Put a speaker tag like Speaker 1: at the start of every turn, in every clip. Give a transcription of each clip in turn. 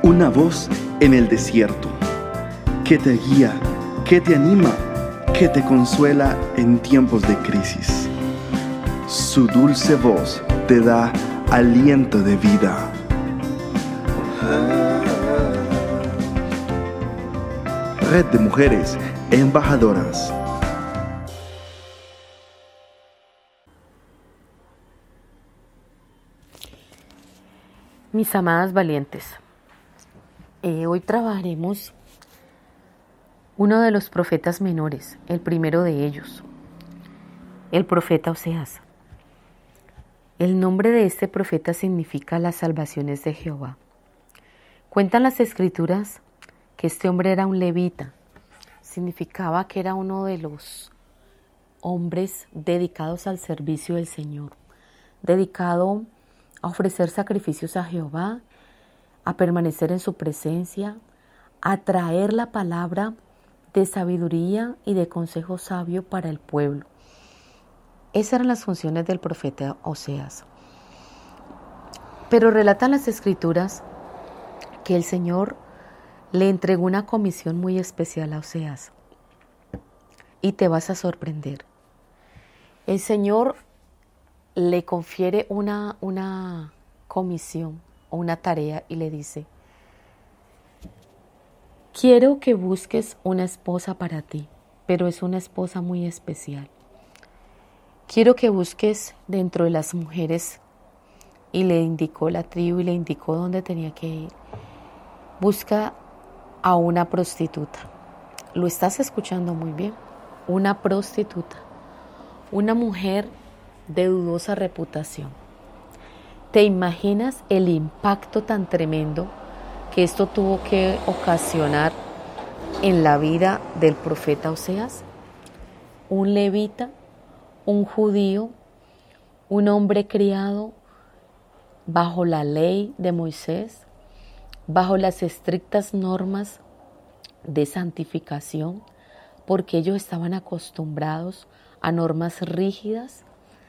Speaker 1: Una voz en el desierto, que te guía, que te anima, que te consuela en tiempos de crisis. Su dulce voz te da aliento de vida. Red de Mujeres Embajadoras.
Speaker 2: Mis amadas valientes, hoy trabajaremos uno de los profetas menores, el primero de ellos, el profeta Oseas. El nombre de este profeta significa las salvaciones de Jehová. Cuentan las escrituras que este hombre era un levita, significaba que era uno de los hombres dedicados al servicio del Señor, dedicado a ofrecer sacrificios a Jehová, a permanecer en su presencia, a traer la palabra de sabiduría y de consejo sabio para el pueblo. Esas eran las funciones del profeta Oseas. Pero relatan las escrituras que el Señor le entregó una comisión muy especial a Oseas. Y te vas a sorprender. El Señor le confiere una comisión o una tarea y le dice: quiero que busques una esposa para ti, pero es una esposa muy especial. Quiero que busques dentro de las mujeres, y le indicó la tribu y le indicó dónde tenía que ir. Busca a una prostituta. Lo estás escuchando muy bien. Una prostituta. Una mujer de dudosa reputación. ¿Te imaginas el impacto tan tremendo que esto tuvo que ocasionar en la vida del profeta Oseas? Un levita, un judío, un hombre criado bajo la ley de Moisés, bajo las estrictas normas de santificación, porque ellos estaban acostumbrados a normas rígidas,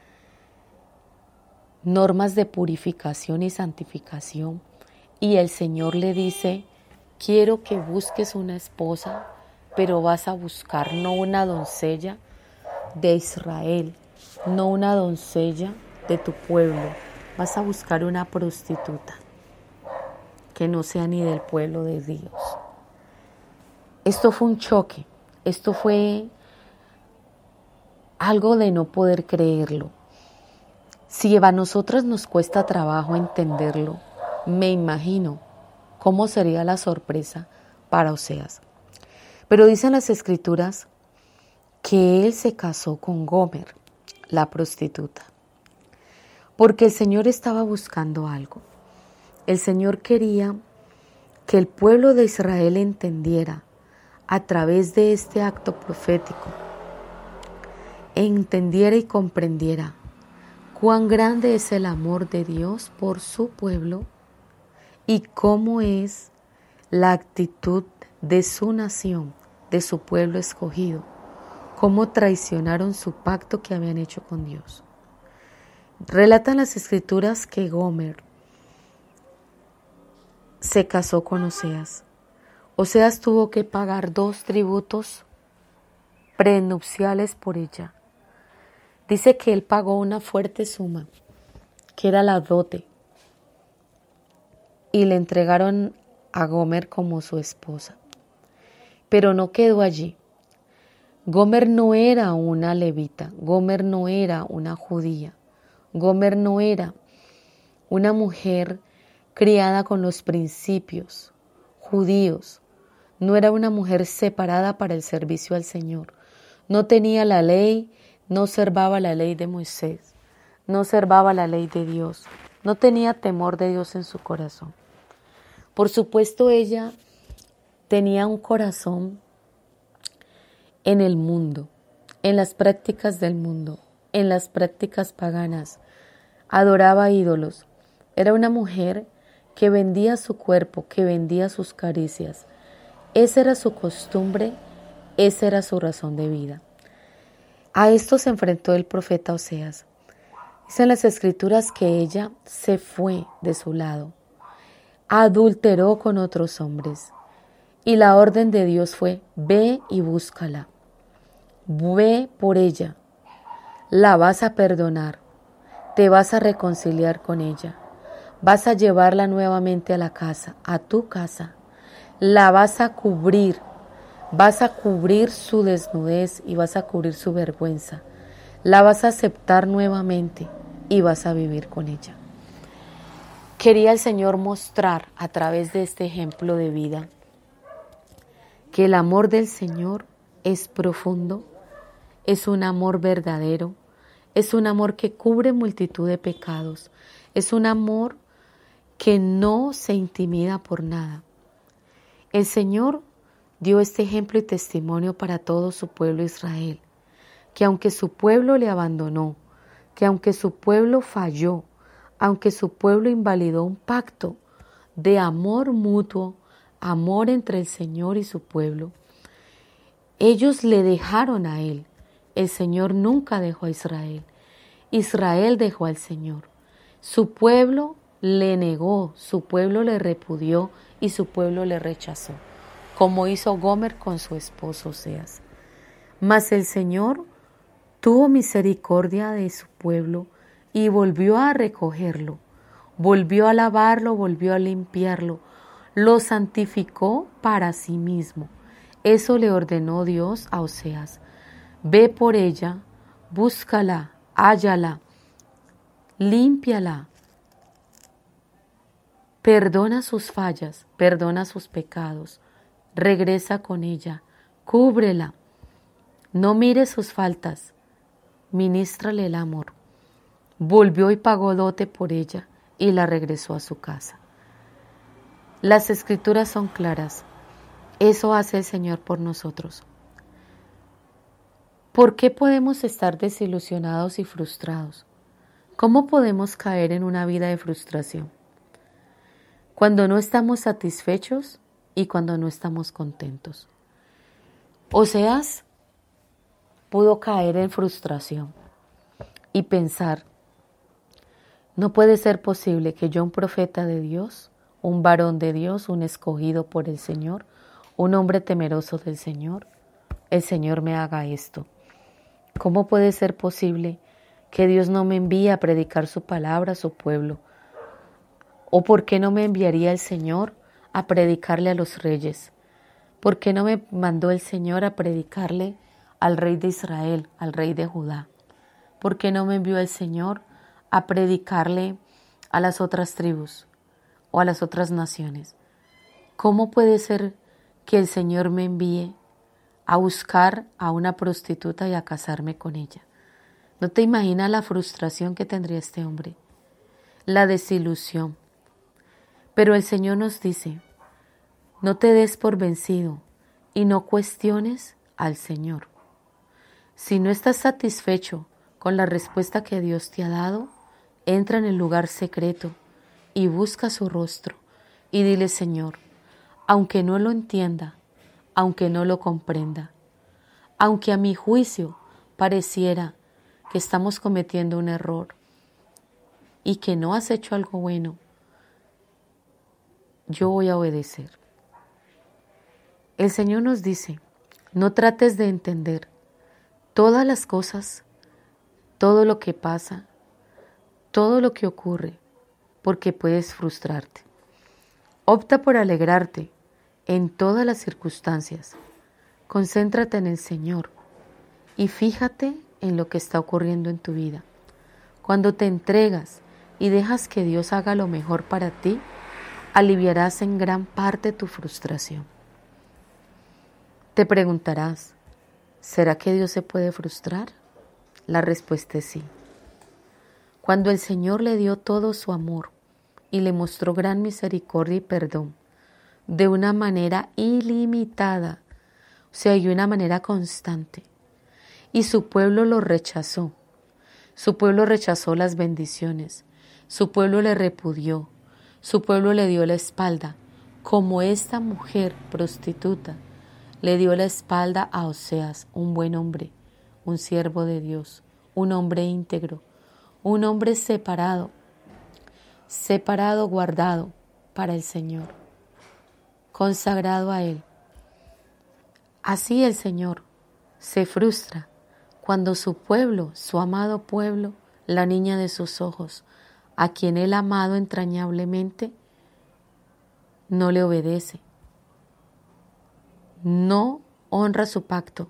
Speaker 2: normas de purificación y santificación. Y el Señor le dice: quiero que busques una esposa, pero vas a buscar no una doncella de Israel, no una doncella de tu pueblo, vas a buscar una prostituta que no sea ni del pueblo de Dios. Esto fue un choque, esto fue algo de no poder creerlo. Si a nosotras nos cuesta trabajo entenderlo, me imagino cómo sería la sorpresa para Oseas. Pero dicen las escrituras que él se casó con Gomer, la prostituta, porque el Señor estaba buscando algo. El Señor quería que el pueblo de Israel entendiera a través de este acto profético, entendiera y comprendiera cuán grande es el amor de Dios por su pueblo y cómo es la actitud de su nación, de su pueblo escogido, cómo traicionaron su pacto que habían hecho con Dios. Relatan las escrituras que Gomer se casó con Oseas. Oseas tuvo que pagar 2 tributos prenupciales por ella. Dice que él pagó una fuerte suma, que era la dote, y le entregaron a Gomer como su esposa. Pero no quedó allí. Gomer no era una levita, Gomer no era una judía, Gomer no era una mujer criada con los principios judíos, no era una mujer separada para el servicio al Señor, no tenía la ley, no observaba la ley de Moisés, no observaba la ley de Dios, no tenía temor de Dios en su corazón. Por supuesto, ella tenía un corazón en el mundo, en las prácticas del mundo, en las prácticas paganas. Adoraba ídolos. Era una mujer que vendía su cuerpo, que vendía sus caricias. Esa era su costumbre, esa era su razón de vida. A esto se enfrentó el profeta Oseas. Dicen las escrituras que ella se fue de su lado. adulteró con otros hombres. Y la orden de Dios fue: ve y búscala, ve por ella, la vas a perdonar, te vas a reconciliar con ella, vas a llevarla nuevamente a la casa, a tu casa, la vas a cubrir su desnudez y vas a cubrir su vergüenza, la vas a aceptar nuevamente y vas a vivir con ella. Quería el Señor mostrar a través de este ejemplo de vida que el amor del Señor es profundo, es un amor verdadero, es un amor que cubre multitud de pecados, es un amor que no se intimida por nada. El Señor dio este ejemplo y testimonio para todo su pueblo Israel, que aunque su pueblo le abandonó, que aunque su pueblo falló, aunque su pueblo invalidó un pacto de amor mutuo, amor entre el Señor y su pueblo, ellos le dejaron a Él. El Señor nunca dejó a Israel. Israel dejó al Señor. Su pueblo le negó, su pueblo le repudió y su pueblo le rechazó, como hizo Gomer con su esposo Oseas. Mas el Señor tuvo misericordia de su pueblo y volvió a recogerlo, volvió a lavarlo, volvió a limpiarlo, lo santificó para sí mismo. Eso le ordenó Dios a Oseas: ve por ella, búscala, hállala, límpiala, perdona sus fallas, perdona sus pecados, regresa con ella, cúbrela, no mires sus faltas, ministrale el amor. Volvió y pagó dote por ella y la regresó a su casa. Las Escrituras son claras. Eso hace el Señor por nosotros. ¿Por qué podemos estar desilusionados y frustrados? ¿Cómo podemos caer en una vida de frustración? Cuando no estamos satisfechos y cuando no estamos contentos. Oseas pudo caer en frustración y pensar: no puede ser posible que yo, un profeta de Dios, un varón de Dios, un escogido por el Señor, un hombre temeroso del Señor, el Señor me haga esto. ¿Cómo puede ser posible que Dios no me envíe a predicar su palabra a su pueblo? ¿O por qué no me enviaría el Señor a predicarle a los reyes? ¿Por qué no me mandó el Señor a predicarle al rey de Israel, al rey de Judá? ¿Por qué no me envió el Señor a predicarle a las otras tribus o a las otras naciones? ¿Cómo puede ser que el Señor me envíe a buscar a una prostituta y a casarme con ella? ¿No te imaginas la frustración que tendría este hombre? La desilusión. Pero el Señor nos dice: no te des por vencido y no cuestiones al Señor. Si no estás satisfecho con la respuesta que Dios te ha dado, entra en el lugar secreto y busca su rostro y dile: Señor, aunque no lo entienda, aunque no lo comprenda, aunque a mi juicio pareciera que estamos cometiendo un error y que no has hecho algo bueno, yo voy a obedecer. El Señor nos dice: no trates de entender todas las cosas, todo lo que pasa, todo lo que ocurre, porque puedes frustrarte. Opta por alegrarte en todas las circunstancias. Concéntrate en el Señor y fíjate en lo que está ocurriendo en tu vida. Cuando te entregas y dejas que Dios haga lo mejor para ti, aliviarás en gran parte tu frustración. Te preguntarás: ¿será que Dios se puede frustrar? La respuesta es sí. Cuando el Señor le dio todo su amor y le mostró gran misericordia y perdón, de una manera ilimitada, o sea, de una manera constante, y su pueblo lo rechazó, su pueblo rechazó las bendiciones, su pueblo le repudió, su pueblo le dio la espalda, como esta mujer prostituta le dio la espalda a Oseas, un buen hombre, un siervo de Dios, un hombre íntegro, un hombre separado, guardado, para el Señor, consagrado a Él. Así el Señor se frustra cuando su pueblo, su amado pueblo, la niña de sus ojos, a quien Él ha amado entrañablemente, no le obedece, no honra su pacto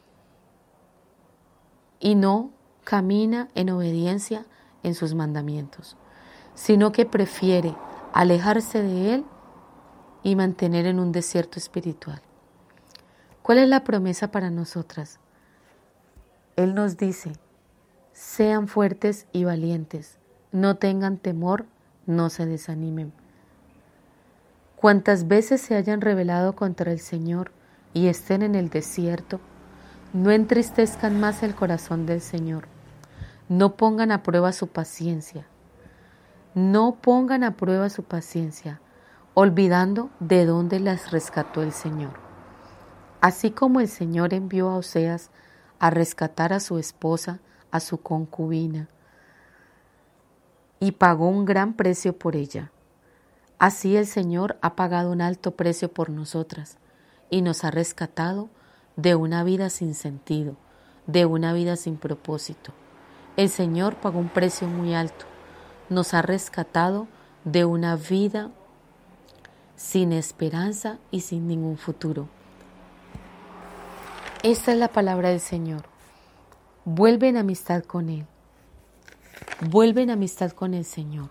Speaker 2: y no camina en obediencia en sus mandamientos, sino que prefiere alejarse de Él y mantener en un desierto espiritual. ¿Cuál es la promesa para nosotras? Él nos dice: sean fuertes y valientes, no tengan temor, no se desanimen. Cuantas veces se hayan rebelado contra el Señor y estén en el desierto, no entristezcan más el corazón del Señor. No pongan a prueba su paciencia. No pongan a prueba su paciencia, olvidando de dónde las rescató el Señor. Así como el Señor envió a Oseas a rescatar a su esposa, a su concubina, y pagó un gran precio por ella. Así el Señor ha pagado un alto precio por nosotras y nos ha rescatado de una vida sin sentido, de una vida sin propósito. El Señor pagó un precio muy alto, nos ha rescatado de una vida sin esperanza y sin ningún futuro. Esta es la palabra del Señor. Vuelve en amistad con Él. Vuelve en amistad con el Señor.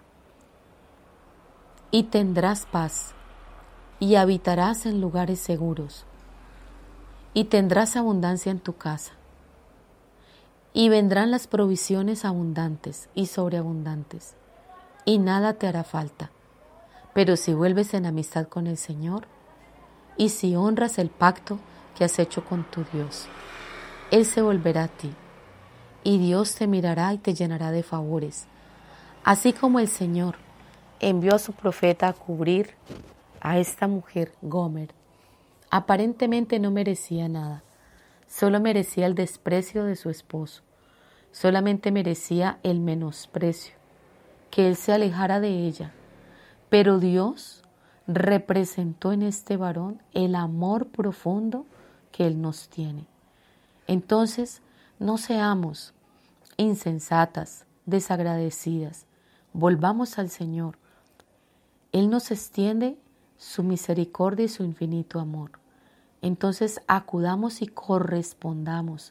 Speaker 2: Y tendrás paz, y habitarás en lugares seguros, y tendrás abundancia en tu casa, y vendrán las provisiones abundantes y sobreabundantes, y nada te hará falta. Pero si vuelves en amistad con el Señor, y si honras el pacto que has hecho con tu Dios, Él se volverá a ti, y Dios te mirará y te llenará de favores, así como el Señor envió a su profeta a cubrir a esta mujer, Gomer. Aparentemente no merecía nada, solo merecía el desprecio de su esposo, solamente merecía el menosprecio, que él se alejara de ella. Pero Dios representó en este varón el amor profundo que Él nos tiene. Entonces, no seamos insensatas, desagradecidas, volvamos al Señor. Él nos extiende su misericordia y su infinito amor. Entonces acudamos y correspondamos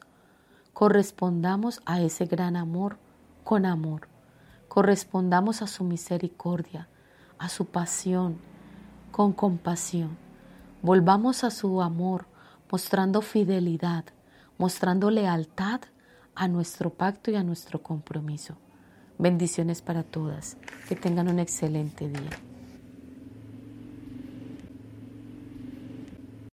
Speaker 2: a ese gran amor con amor, correspondamos a su misericordia, a su pasión, con compasión. Volvamos a su amor, mostrando fidelidad, mostrando lealtad a nuestro pacto y a nuestro compromiso. Bendiciones para todas. Que tengan un excelente día.